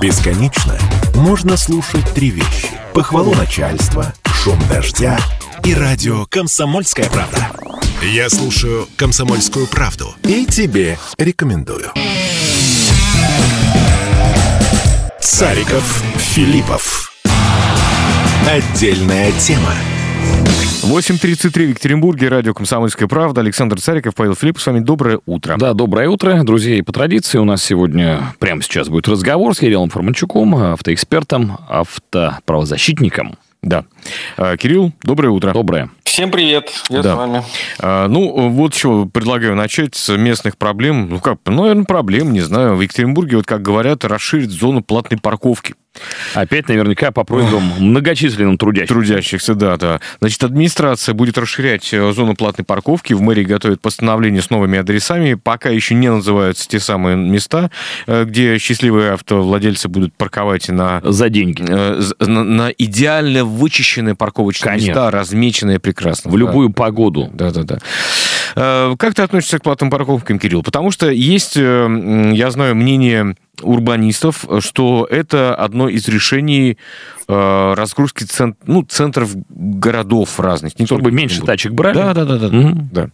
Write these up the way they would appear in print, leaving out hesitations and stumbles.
Бесконечно можно слушать три вещи: похвалу начальства, шум дождя и радио «Комсомольская правда». Я слушаю «Комсомольскую правду» и тебе рекомендую. Цариков, Филиппов. Отдельная тема. 8:33 в Екатеринбурге, радио «Комсомольская правда». Александр Цариков, Павел Филиппов. С вами доброе утро. Да, доброе утро, друзья. И по традиции у нас сегодня, прямо сейчас, будет разговор с Кириллом Фурманчуком, автоэкспертом, автоправозащитником. Да. Кирилл, доброе утро. Доброе. Всем привет, я с вами. Вот что предлагаю начать с местных проблем. Наверное, проблем, не знаю. В Екатеринбурге, как говорят, расширить зону платной парковки. Опять наверняка по просьбам многочисленным трудящихся, да. Значит, администрация будет расширять зону платной парковки. В мэрии готовят постановление с новыми адресами. Пока еще не называются те самые места, где счастливые автовладельцы будут парковать за деньги. На идеально вычищенные парковочные места, размеченные прекрасно. В любую погоду. Да. Как ты относишься к платным парковкам, Кирилл? Потому что есть, я знаю, мнение урбанистов, что это одно из решений разгрузки центров городов разных. Чтобы меньше тачек брали? Да.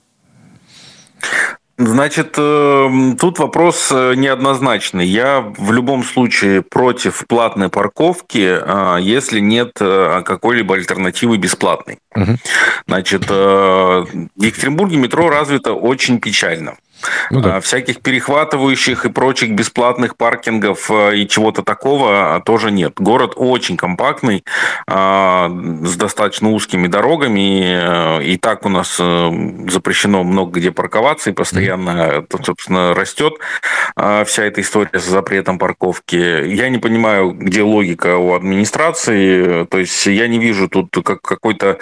Значит, тут вопрос неоднозначный. Я в любом случае против платной парковки, если нет какой-либо альтернативы бесплатной. Значит, в Екатеринбурге метро развито очень печально. Всяких перехватывающих и прочих бесплатных паркингов и чего-то такого тоже нет. Город очень компактный, с достаточно узкими дорогами. И так у нас запрещено много где парковаться, и постоянно, собственно, растет вся эта история с запретом парковки. Я не понимаю, где логика у администрации. То есть я не вижу тут какого-то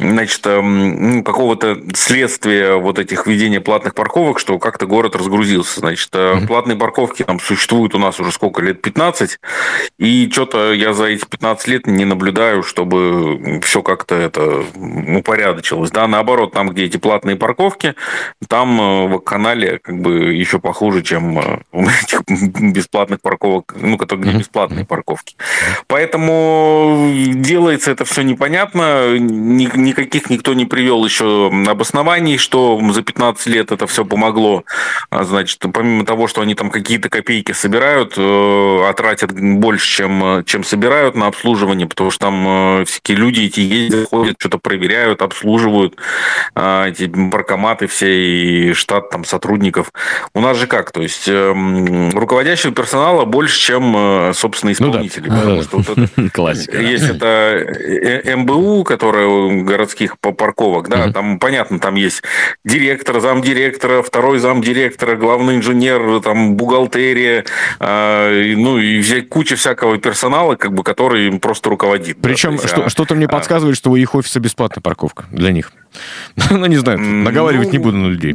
следствия вот этих введения платных парковок, что как-то город разгрузился. Значит, платные парковки там существуют у нас уже сколько лет, 15, и что-то я за эти 15 лет не наблюдаю, чтобы все как-то это упорядочилось. Да, наоборот, там, где эти платные парковки, там в канале как бы еще похуже, чем этих бесплатных парковок, где бесплатные парковки. Поэтому делается это все непонятно, никаких никто не привел еще обоснований, что за 15 лет это все помогло. Значит, помимо того, что они там какие-то копейки собирают, тратят больше, чем собирают на обслуживание, потому что там всякие люди эти ездят, ходят, что-то проверяют, обслуживают эти паркоматы все и штат там сотрудников. У нас же как? То есть руководящего персонала больше, чем, собственно, исполнителей. Потому что вот это, классика. Есть это МБУ, которое городских парковок, да, там понятно, там есть директор, замдиректора, второй замдиректора, главный инженер, там бухгалтерия, и взять кучу всякого персонала, который им просто руководит. Причем что-то мне подсказывает, что у их офиса бесплатная парковка для них. Не знаю, наговаривать не буду на людей.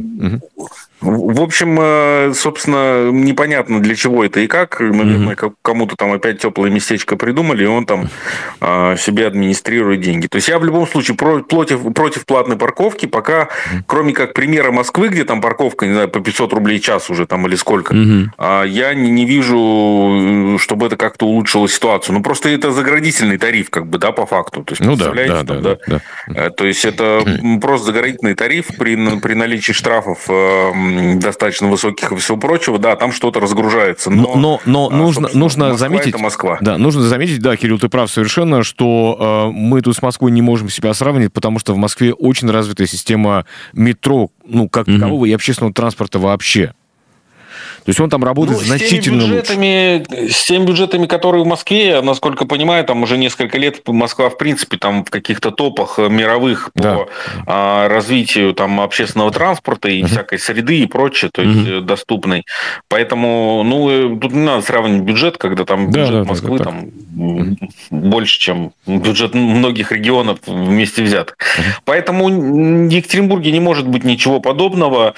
В общем, собственно, непонятно для чего это и как. Наверное, кому-то там опять теплое местечко придумали, и он там себе администрирует деньги. То есть я в любом случае против платной парковки, пока, кроме как примера Москвы, где там парковка, не знаю, по 500 рублей в час уже там или сколько, я не вижу, чтобы это как-то улучшило ситуацию. Просто это заградительный тариф, по факту. То есть, представляете, то есть это просто заградительный тариф при наличии штрафов достаточно высоких и всего прочего, да, там что-то разгружается. Но нужно заметить, это Москва. Да, нужно заметить, да, Кирилл, ты прав совершенно, что мы тут с Москвой не можем себя сравнивать, потому что в Москве очень развитая система метро, как такового, и общественного транспорта вообще. То есть он там работает значительно лучше. С теми бюджетами, которые в Москве, насколько понимаю, там уже несколько лет Москва, в принципе, там в каких-то топах мировых по развитию там общественного транспорта и всякой среды и прочее, то есть доступной. Поэтому, тут не надо сравнивать бюджет, когда там бюджет Москвы там больше, чем бюджет многих регионов вместе взятых. Поэтому в Екатеринбурге не может быть ничего подобного.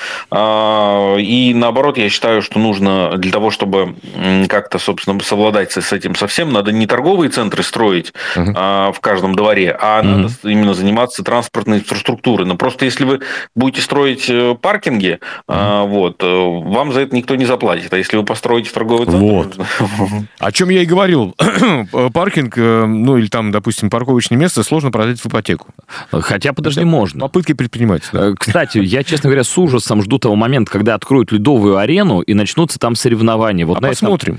И наоборот, я считаю, что нужно для того, чтобы как-то, собственно, совладать с этим совсем, надо не торговые центры строить в каждом дворе, а надо именно заниматься транспортной инфраструктурой. Но просто если вы будете строить паркинги, вам за это никто не заплатит. А если вы построите торговый центр... Вот. О чем я и говорил. Паркинг, или там, допустим, парковочное место сложно продать в ипотеку. Хотя, подожди, можно. Попытки предпринимательства. Да. Кстати, я, честно говоря, с ужасом жду того момента, когда откроют ледовую арену и начнутся там соревнования. Вот посмотрим.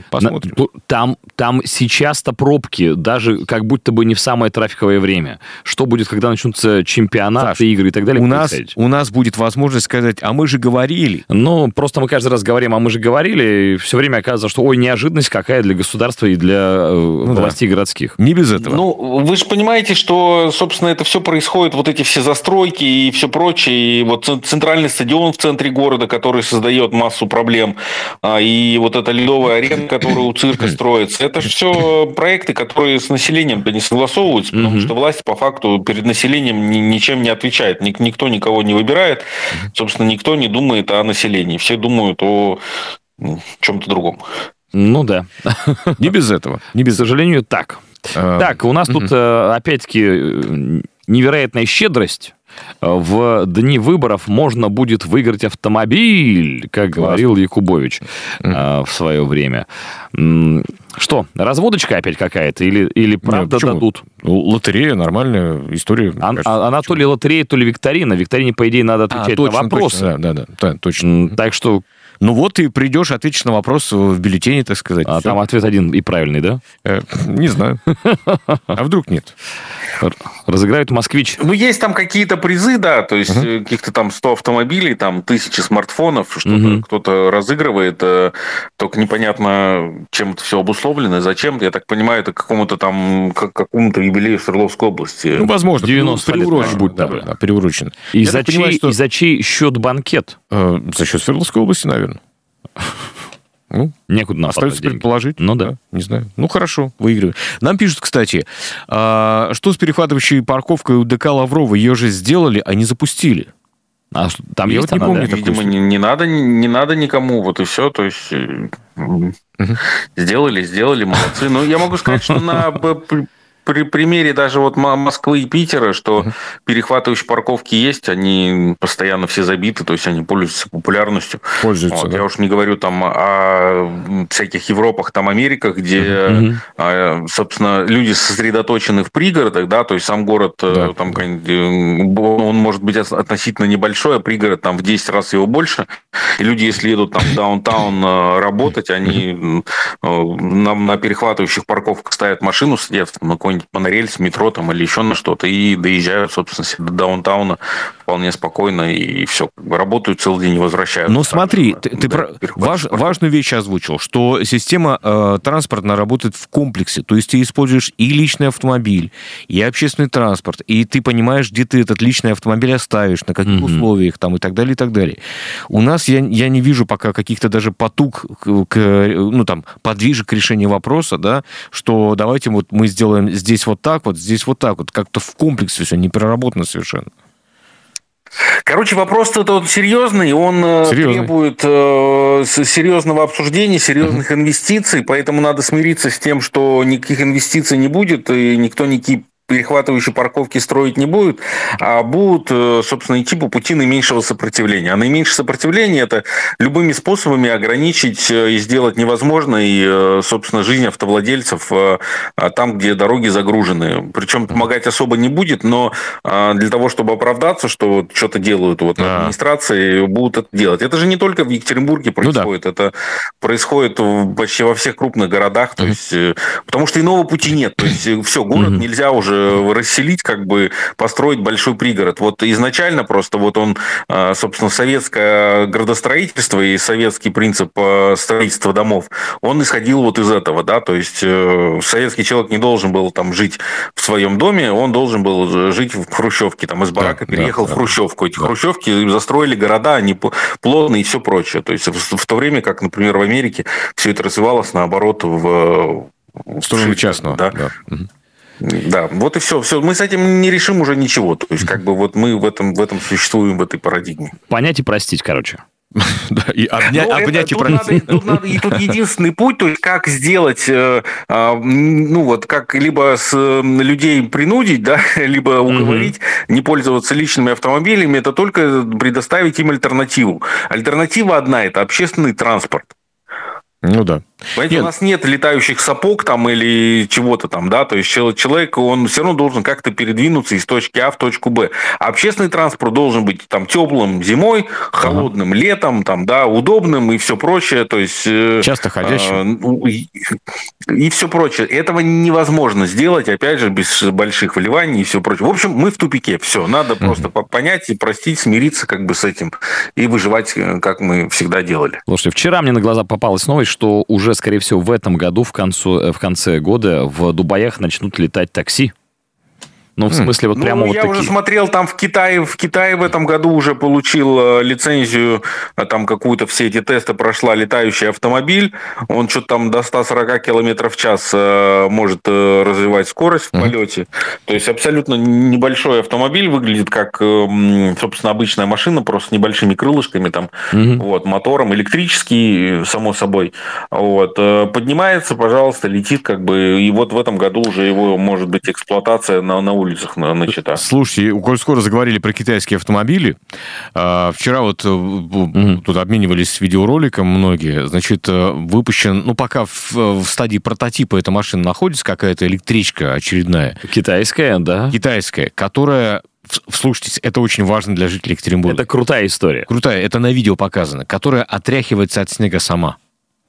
Там сейчас-то пробки, даже как будто бы не в самое трафиковое время. Что будет, когда начнутся чемпионаты, Саш, игры и так далее? У нас будет возможность сказать, а мы же говорили. Просто мы каждый раз говорим, а мы же говорили, и все время оказывается, что неожиданность какая для государства и для властей городских. Не без этого. Вы же понимаете, что, собственно, это все происходит, вот эти все застройки и все прочее, и вот центральный стадион в центре города, который создает массу проблем, и вот эта ледовая арена, которая у цирка строится, это же все проекты, которые с населением-то не согласовываются, потому что власть по факту перед населением ничем не отвечает, никто никого не выбирает, собственно, никто не думает о населении, все думают о чем-то другом. Да. Не без этого. К сожалению, так. Так, у нас тут, опять-таки, невероятная щедрость. В дни выборов можно будет выиграть автомобиль, как говорил Якубович в свое время. Что, разводочка опять какая-то? Или правда дадут? Лотерея, нормальная история. Она то ли лотерея, то ли викторина. В викторине, по идее, надо отвечать на вопросы. Да, точно. Так что... ты придешь, ответишь на вопрос в бюллетене, так сказать. А там ответ один и правильный, да? Не знаю. А вдруг нет? Разыграют «Москвич». Есть там какие-то призы, да, то есть каких-то там 100 автомобилей, там 1000 смартфонов, что-то кто-то разыгрывает, только непонятно, чем это все обусловлено, зачем. Я так понимаю, это какому-то юбилею Свердловской области. Возможно, 90 лет будет, да, приурочен. И за чей счет банкет? За счет Свердловской области, наверное. Некуда нам остается предположить. Да. Не знаю. Хорошо, выигрываю. Нам пишут, кстати, что с перехватывающей парковкой у ДК Лаврова? Ее же сделали, а не запустили. Там я не помню. Видимо, не надо никому, вот и все. То есть сделали, молодцы. Я могу сказать, что при примере даже вот Москвы и Питера, что перехватывающие парковки есть, они постоянно все забиты, то есть они пользуются популярностью. Да. Я уж не говорю там о всяких Европах, там Америках, где, собственно, люди сосредоточены в пригородах, да, то есть сам город, там, он может быть относительно небольшой, а пригород там в 10 раз его больше. И люди, если едут там в даунтаун работать, они на перехватывающих парковках ставят машину, сидят на какой-нибудь монорельс, метро там, или еще на что-то, и доезжают, собственно, до даунтауна вполне спокойно, и все, работают целый день и возвращаются. Смотри, ты важную вещь озвучил, что система транспортная работает в комплексе, то есть ты используешь и личный автомобиль, и общественный транспорт, и ты понимаешь, где ты этот личный автомобиль оставишь, на каких условиях там, и так далее, и так далее. У нас я не вижу пока каких-то даже подвижек к решению вопроса, да, что давайте вот мы сделаем здесь вот так вот, здесь вот так вот, как-то в комплексе все не проработано совершенно. Короче, вопрос-то серьезный, он требует серьезного обсуждения, серьезных инвестиций, поэтому надо смириться с тем, что никаких инвестиций не будет, и никто никакие перехватывающие парковки строить не будут, а будут, собственно, идти по пути наименьшего сопротивления. А наименьшее сопротивление – это любыми способами ограничить и сделать невозможной, собственно, жизнь автовладельцев там, где дороги загружены. Причем помогать особо не будет, но для того, чтобы оправдаться, что что-то делают администрации, будут это делать. Это же не только в Екатеринбурге происходит, это происходит почти во всех крупных городах, то есть, потому что иного пути нет. То есть, все, город нельзя уже расселить, построить большой пригород. Вот изначально просто он, собственно, советское градостроительство и советский принцип строительства домов, он исходил вот из этого, да, то есть советский человек не должен был там жить в своем доме, он должен был жить в хрущевке, там из барака переехал в хрущевку. Эти хрущевки застроили города, они плотные и все прочее. То есть в то время, как, например, в Америке все это развивалось наоборот в в сторону частного. Да. Да, вот и все. Мы с этим не решим уже ничего. То есть, как бы вот мы в этом существуем, в этой парадигме. Понять и простить, короче. Да, и обнять и простить. Тут единственный путь, то есть как сделать, как либо с людей принудить, да, либо уговорить не пользоваться личными автомобилями, это только предоставить им альтернативу. Альтернатива одна – это общественный транспорт. Ну да. Понимаете, у нас нет летающих сапог там или чего-то там, да, то есть человек, он все равно должен как-то передвинуться из точки А в точку Б. А общественный транспорт должен быть там теплым зимой, холодным летом, там, да, удобным и все прочее, то есть... Часто ходящим. И все прочее. Этого невозможно сделать, опять же, без больших вливаний и все прочее. В общем, мы в тупике, все, надо просто понять и простить, смириться как бы с этим и выживать, как мы всегда делали. Слушайте, вчера мне на глаза попалась новость, что уже, скорее всего, в этом году, в конце года, в Дубаях начнут летать такси. Ну, в смысле, вот прямо вот такие. Я уже смотрел, там в Китае в этом году уже получил лицензию, там какую-то все эти тесты прошла летающий автомобиль. Он что-то там до 140 км в час может развивать скорость в полете. То есть абсолютно небольшой автомобиль, выглядит как, собственно, обычная машина, просто с небольшими крылышками, там, вот, мотором, электрический, само собой. Вот. Поднимается, пожалуйста, летит, как бы, и вот в этом году уже его, может быть, эксплуатация на улицах начата. Слушайте, коль скоро заговорили про китайские автомобили, вчера вот тут обменивались видеороликом многие, значит, выпущен, ну, пока в стадии прототипа эта машина находится, какая-то электричка очередная. Китайская, да. Китайская, которая... Слушайте, это очень важно для жителей Екатеринбурга. Это крутая история. Крутая, это на видео показано, которая отряхивается от снега сама.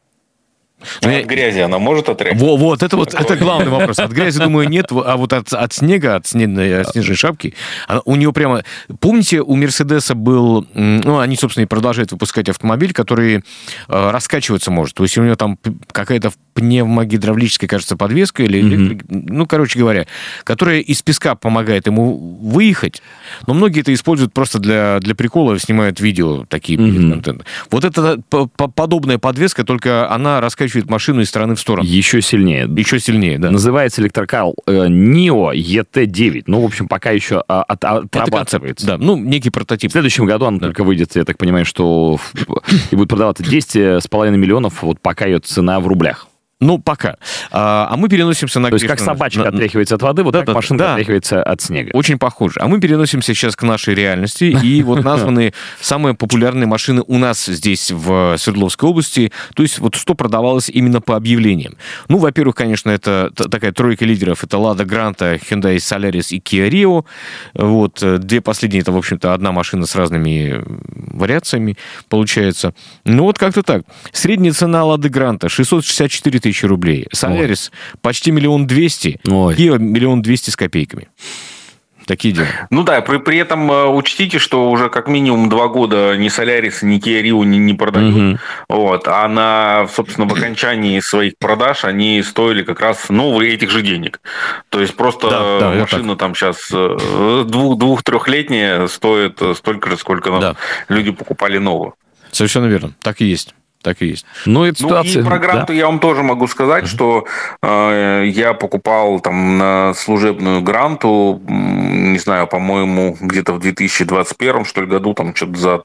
От грязи она может отряхивать? Вот, это главный вопрос. От грязи, думаю, нет, а вот от снега, от снежной шапки, у нее прямо... Помните, у Мерседеса был... Ну, они, собственно, и продолжают выпускать автомобиль, который раскачиваться может. То есть у него там какая-то пневмогидравлическая, кажется, подвеска или... Ну, короче говоря, которая из песка помогает ему выехать. Но многие это используют просто для прикола, снимают видео такие контенты. Вот это подобная подвеска, только она раскачивает машину из стороны в сторону. Еще сильнее. Еще сильнее, да. Называется электрокар NIO ET9. Ну, в общем, пока еще отрабатывается. Да, ну, некий прототип. В следующем году она только выйдет, я так понимаю, что и будет продаваться 10,5 миллионов, вот пока ее цена в рублях. Ну, пока. А мы переносимся на... То есть, как собачка отряхивается от воды, вот так машинка отряхивается от снега. Очень похоже. А мы переносимся сейчас к нашей реальности, и вот названы самые популярные машины у нас здесь, в Свердловской области. То есть, вот что продавалось именно по объявлениям. Ну, во-первых, конечно, это такая тройка лидеров. Это Lada Granta, Hyundai Solaris и Kia Rio. Вот. Две последние, это, в общем-то, одна машина с разными вариациями получается. Ну, вот как-то так. Средняя цена Lada Granta 664 тысячи рублей. Solaris почти 1 200 000. Kia 1 200 000 с копейками. Такие дела. Ну да, при этом учтите, что уже как минимум 2 года ни Solaris, ни Kia Rio не продают. Вот. А собственно, в окончании своих продаж они стоили как раз новые этих же денег. То есть просто машина там сейчас 2-3-летняя стоит столько же, сколько люди покупали новую. Совершенно верно. Так и есть. Так и есть. Ну, это ситуация. И про Гранту я вам тоже могу сказать, что я покупал там на служебную Гранту, не знаю, по-моему, где-то в 2021, что ли, году, там что-то за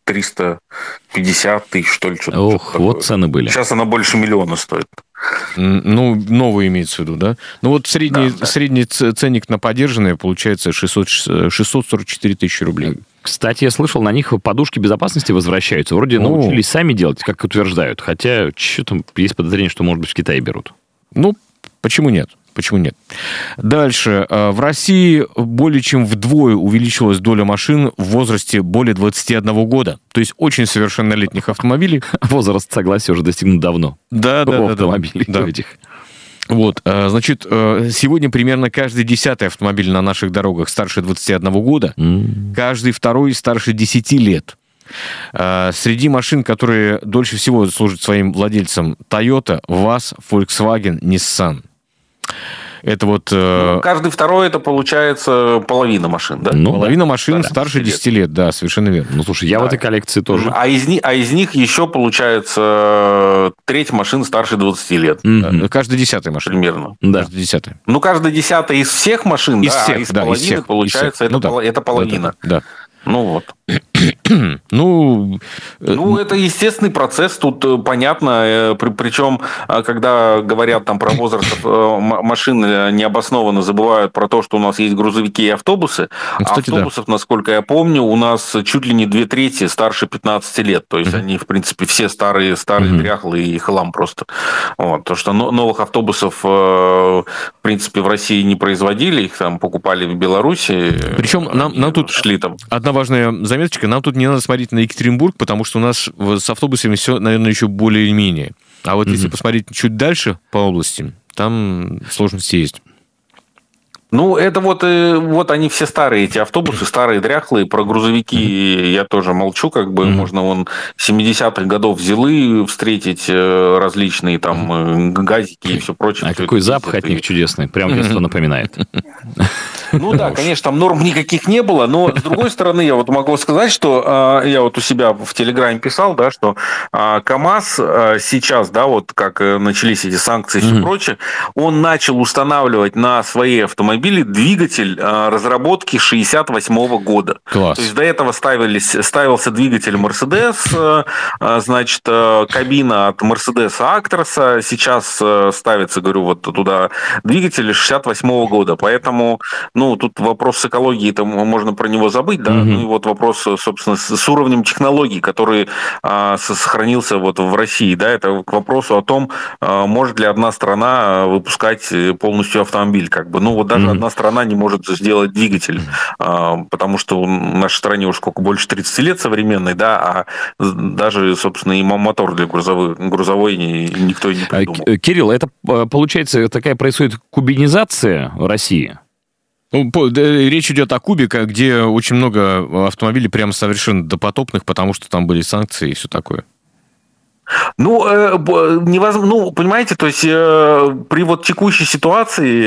350 тысяч, что ли, что-то. Ох, вот цены были. Сейчас она больше 1 миллиона стоит. Ну, новую имеется в виду, да? Ну, вот средний ценник на подержанное получается 644 тысячи рублей. Кстати, я слышал, на них подушки безопасности возвращаются. Вроде научились сами делать, как утверждают. Хотя, что там, есть подозрение, что, может быть, в Китае берут. Ну, почему нет? Почему нет? Дальше. В России более чем вдвое увеличилась доля машин в возрасте более 21 года. То есть очень совершеннолетних автомобилей. Возраст, согласия, уже достигнут давно. Да. Автомобилей этих. Вот, значит, сегодня примерно каждый 10-й автомобиль на наших дорогах старше 21 года, каждый второй старше 10 лет. Среди машин, которые дольше всего служат своим владельцам, Toyota, ВАЗ, Volkswagen, Nissan. Это вот... Каждый второй, это получается половина машин, да? Половина машин старше 10 лет, да, совершенно верно. Ну, слушай, я в этой коллекции тоже. А из них еще, получается, треть машин старше 20 лет. Каждая 10-я машина. Примерно. Да. Каждая 10-я. Ну, каждая 10-я из всех машин, из всех, из половины, получается, это половина. Да. Ну, вот. Это естественный процесс, тут понятно. Причем, когда говорят там про возраст машин, необоснованно забывают про то, что у нас есть грузовики и автобусы. Кстати, автобусов, насколько я помню, у нас чуть ли не 2/3 старше 15 лет. То есть они, в принципе, все старые, дряхлые и хлам просто. Вот. То, что новых автобусов, в принципе, в России не производили, их там покупали в Беларуси. Причем нам тут шли там. Одна важная заметочка. Нам тут не надо смотреть на Екатеринбург, потому что у нас с автобусами все, наверное, еще более-менее. А вот если посмотреть чуть дальше по области, там сложности есть. Ну, это вот они все старые, эти автобусы, старые, дряхлые. Про грузовики я тоже молчу, как бы можно вон 70-х годов Зилы встретить различные там газики и все прочее. А какой запах от них чудесный, прям детство напоминает. Ну да, конечно, там норм никаких не было, но с другой стороны, я вот могу сказать, что я вот у себя в Телеграме писал, да, что КАМАЗ сейчас, да, вот как начались эти санкции и все прочее, он начал устанавливать на свои автомобили двигатель разработки 68-го года. Класс. То есть до этого ставился двигатель Mercedes, значит, кабина от Mercedes Actros, сейчас ставится, говорю, вот туда двигатель 68-го года, поэтому, ну, тут вопрос с экологией, там можно про него забыть, да, ну и вот вопрос, собственно, с уровнем технологий, который сохранился вот в России, да, это к вопросу о том, может ли одна страна выпускать полностью автомобиль, как бы, ну, вот даже одна страна не может сделать двигатель, потому что в нашей стране уже сколько, больше 30 лет современной, да, а даже, собственно, и мотор для грузовой никто и не придумал. Кирилл, это, получается, такая происходит кубинизация России? Речь идет о Кубе, где очень много автомобилей прямо совершенно допотопных, потому что там были санкции и все такое. Ну, невозможно, ну, понимаете, то есть при вот текущей ситуации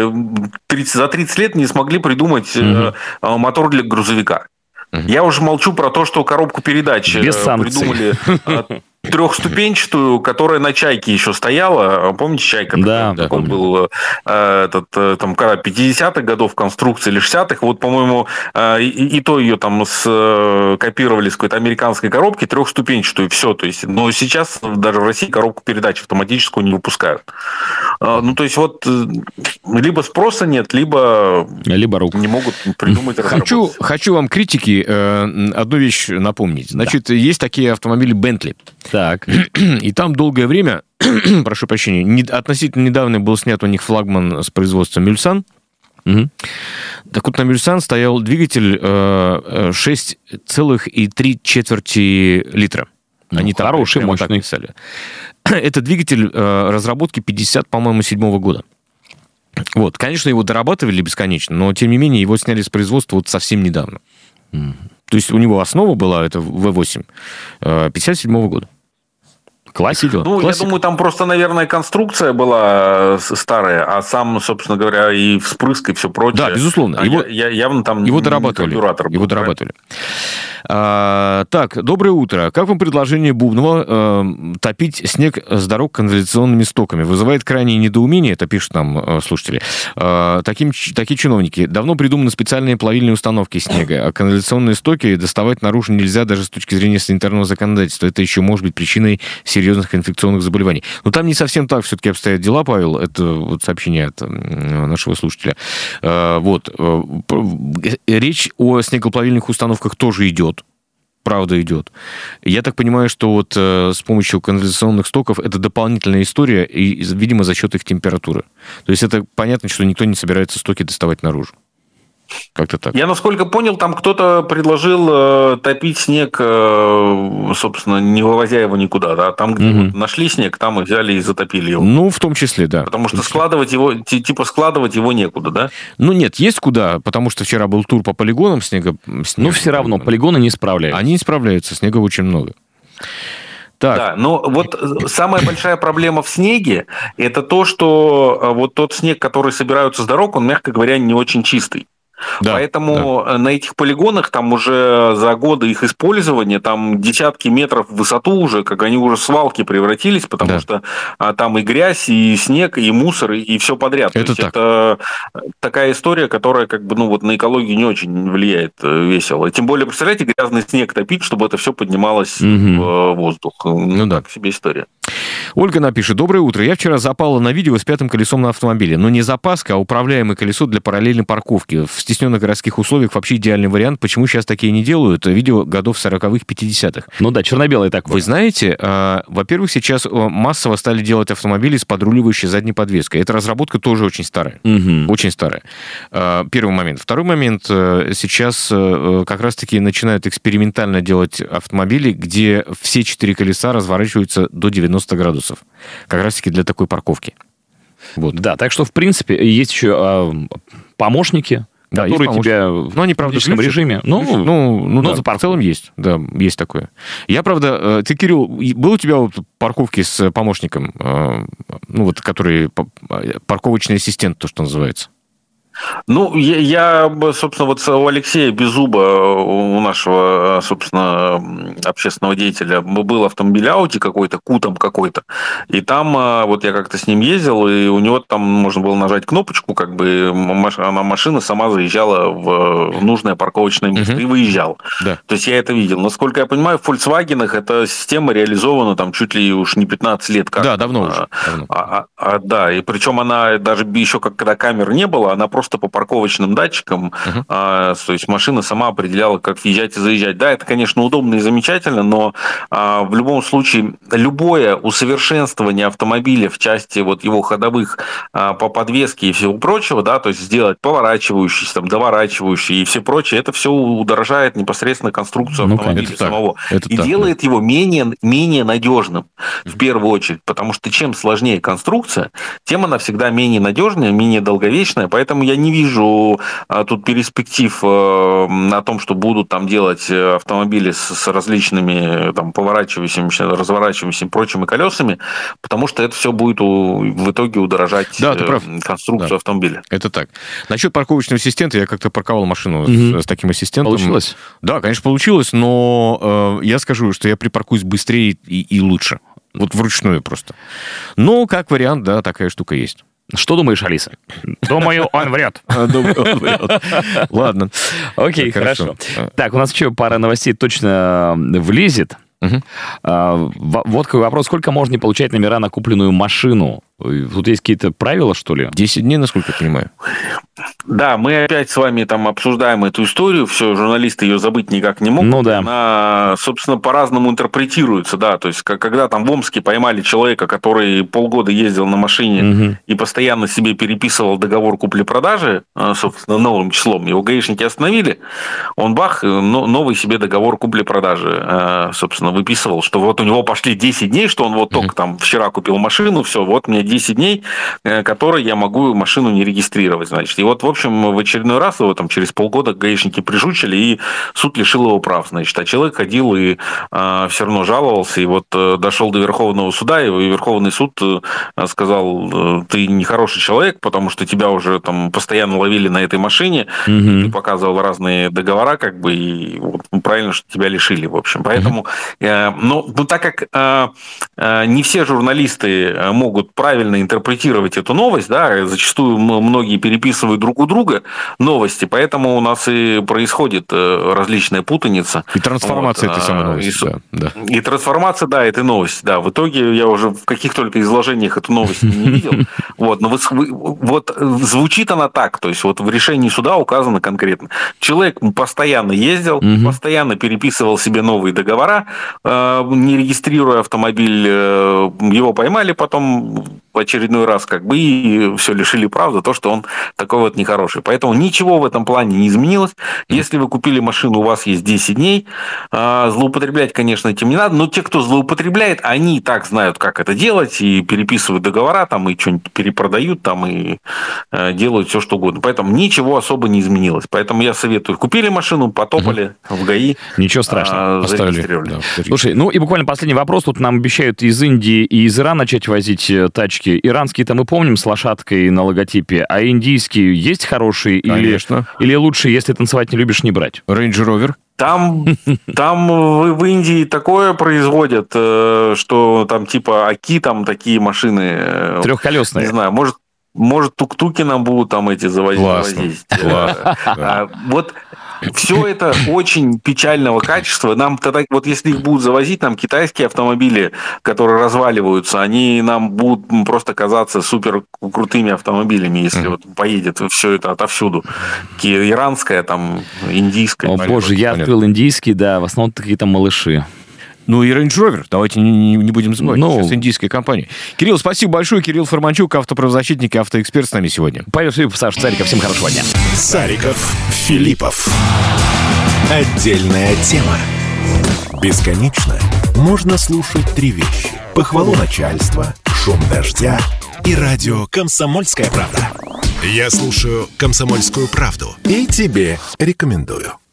за 30 лет не смогли придумать мотор для грузовика. Я уже молчу про то, что коробку передач придумали трехступенчатую, которая на «Чайке» еще стояла. Помните, «Чайка»? Да, такой был там, когда 50-х годов конструкции или 60-х. Вот, по-моему, и то ее там копировали с какой-то американской коробки, трехступенчатую, все. То есть, но сейчас даже в России коробку передач автоматическую не выпускают. Ну, то есть, вот либо спроса нет, либо рук не могут придумать разработку. Хочу вам критики одну вещь напомнить. Значит, есть такие автомобили Bentley. Так. И там долгое время, прошу прощения, относительно недавно был снят у них флагман с производства Мюльсан. Так вот, на Мюльсан стоял двигатель 6,3 литра. Они там хороший, мощный. писали. Это двигатель разработки 57-го года. Вот, конечно, его дорабатывали бесконечно, но, тем не менее, его сняли с производства вот совсем недавно. То есть у него основа была, это V8, 57-го года. Классика. Ну, я думаю, там просто, наверное, конструкция была старая, а сам, собственно говоря, и вспрыск, и все прочее. Да, безусловно. Явно там его дорабатывали. Его дорабатывали. Так, доброе утро. Как вам предложение Бубнова топить снег с дорог канализационными стоками? Вызывает крайнее недоумение, это пишут нам слушатели. Такие чиновники. Давно придуманы специальные плавильные установки снега, а канализационные стоки доставать наружу нельзя даже с точки зрения санитарного законодательства. Это еще может быть причиной серьезных инфекционных заболеваний. Но там не совсем так все-таки обстоят дела, Павел. Это вот сообщение от нашего слушателя. Вот. Речь о снегоплавильных установках тоже идет. Правда идет. Я так понимаю, что вот с помощью канализационных стоков это дополнительная история, и, видимо, за счет их температуры. То есть это понятно, что никто не собирается стоки доставать наружу. Как-то так. Я, насколько понял, там кто-то предложил топить снег, собственно, не вывозя его никуда. Да? Там, где вот нашли снег, там и взяли и затопили его. Ну, в том числе, да. Потому что складывать его некуда, да? Ну, нет, есть куда, потому что вчера был тур по полигонам снега. Но все равно полигоны не справляются. Они не справляются, снега очень много. Так. Да, но вот самая большая проблема в снеге – это то, что вот тот снег, который собираются с дорог, он, мягко говоря, не очень чистый. Да, поэтому на этих полигонах там уже за годы их использования там десятки метров в высоту уже, как они уже в свалки превратились, потому что там и грязь, и снег, и мусор, и все подряд. Это такая история, которая как бы на экологию не очень влияет весело. Тем более, представляете, грязный снег топить, чтобы это все поднималось в воздух. Так себе история. Ольга напишет: доброе утро. Я вчера запала на видео с пятым колесом на автомобиле. Но не запаска, а управляемое колесо для параллельной парковки. В стесненных городских условиях вообще идеальный вариант. Почему сейчас такие не делают? Видео годов 40-х, 50-х. Ну да, черно-белый такой. Вы знаете, во-первых, сейчас массово стали делать автомобили с подруливающей задней подвеской. Эта разработка тоже очень старая. Очень старая. Первый момент. Второй момент. Сейчас как раз-таки начинают экспериментально делать автомобили, где все 4 колеса разворачиваются до 90 градусов. Как раз-таки для такой парковки. Вот. Да, так что, в принципе, есть еще помощники, которые тебя но они, правда, в физическом режиме. Да, в целом есть. Да, есть такое. Я, правда... Ты, Кирилл, был у тебя вот парковки с помощником, который парковочный ассистент, то, что называется? Я, собственно, вот у Алексея Беззуба, у нашего, собственно, общественного деятеля, был автомобиль Audi какой-то, Q какой-то, и там вот я как-то с ним ездил, и у него там можно было нажать кнопочку, как бы машина сама заезжала в нужное парковочное место и выезжала. Да. То есть я это видел. Насколько я понимаю, в Volkswagen эта система реализована там чуть ли уж не 15 лет. Да, давно уже. Да, и причем она даже еще когда камер не было, она просто по парковочным датчикам, то есть машина сама определяла, как въезжать и заезжать. Да, это, конечно, удобно и замечательно, но в любом случае любое усовершенствование автомобиля в части вот его ходовых по подвеске и всего прочего, да, то есть сделать поворачивающийся, там, доворачивающий и все прочее, это все удорожает непосредственно конструкцию автомобиля самого. И делает его менее надежным в первую очередь, потому что чем сложнее конструкция, тем она всегда менее надежная, менее долговечная, поэтому я не вижу тут перспектив о том, что будут там делать автомобили с различными там поворачивающимися, разворачивающимися и прочими колесами, потому что это все будет в итоге удорожать конструкцию автомобиля. Это так. Насчет парковочного ассистента, я как-то парковал машину с таким ассистентом. Получилось? Да, конечно, получилось, но я скажу, что я припаркуюсь быстрее и лучше. Вот вручную просто. Но как вариант, да, такая штука есть. Что думаешь, Алиса? Думаю, он врет. Ладно. Окей, хорошо. Так, у нас еще пара новостей точно влезет. Вот какой вопрос. Сколько можно не получать номера на купленную машину? Тут есть какие-то правила, что ли? 10 дней, насколько я понимаю. Да, мы опять с вами там обсуждаем эту историю, все, журналисты ее забыть никак не могут. Ну да. Она, собственно, по-разному интерпретируется, да, то есть, когда там в Омске поймали человека, который полгода ездил на машине и постоянно себе переписывал договор купли-продажи, собственно, новым числом, его гаишники остановили, он бах, новый себе договор купли-продажи, собственно, выписывал, что вот у него пошли 10 дней, что он вот только там вчера купил машину, все, вот мне 10 дней, которые я могу машину не регистрировать, значит. И вот, в общем, в очередной раз его там через полгода гаишники прижучили, и суд лишил его прав, значит. А человек ходил и все равно жаловался, и вот дошел до Верховного суда, и Верховный суд сказал: ты нехороший человек, потому что тебя уже там постоянно ловили на этой машине, и ты показывал разные договора, как бы, и вот, правильно, что тебя лишили, в общем. Поэтому, но так как не все журналисты могут правильно интерпретировать эту новость, да, зачастую многие переписывают друг у друга новости, поэтому у нас и происходит различная путаница. И трансформация этой самой новости. И трансформация, да, этой новости. Да. В итоге я уже в каких только изложениях эту новость не видел. Вот. Но вот звучит она так, то есть вот в решении суда указано конкретно. Человек постоянно ездил, постоянно переписывал себе новые договора, не регистрируя автомобиль, его поймали потом очередной раз и все лишили прав за то, что он такой вот нехороший. Поэтому ничего в этом плане не изменилось. Если вы купили машину, у вас есть 10 дней. Злоупотреблять, конечно, этим не надо, но те, кто злоупотребляет, они и так знают, как это делать, и переписывают договора, и что-нибудь перепродают, и делают все, что угодно. Поэтому ничего особо не изменилось. Поэтому я советую. Купили машину, потопали в ГАИ. Ничего страшного. Зарегистрировали. Да. Слушай, и буквально последний вопрос. Тут нам обещают из Индии и из Ирана начать возить тачки. Иранские-то мы помним с лошадкой на логотипе, а индийские есть хорошие? Конечно. Или лучше, если танцевать не любишь, не брать? Range Rover. Там в Индии такое производят, что там типа Аки, там такие машины. Трехколесные. Не знаю, может тук-туки нам будут там эти завозить. Вот все это очень печального качества. Нам тогда, вот если их будут завозить, нам китайские автомобили, которые разваливаются, они нам будут просто казаться супер крутыми автомобилями, если вот поедет все это отовсюду. Иранская, там, индийская. О, боже, я открыл индийский, да, в основном какие-то малыши. Ну и Range Rover, давайте не будем забывать, сейчас индийская компания. Кирилл, спасибо большое. Кирилл Форманчук, автоправозащитник и автоэксперт с нами сегодня. Павел Филиппов, Саша Цариков, всем хорошего дня. Цариков, Филиппов. Отдельная тема. Бесконечно можно слушать три вещи. Похвалу начальства, шум дождя и радио «Комсомольская правда». Я слушаю «Комсомольскую правду» и тебе рекомендую.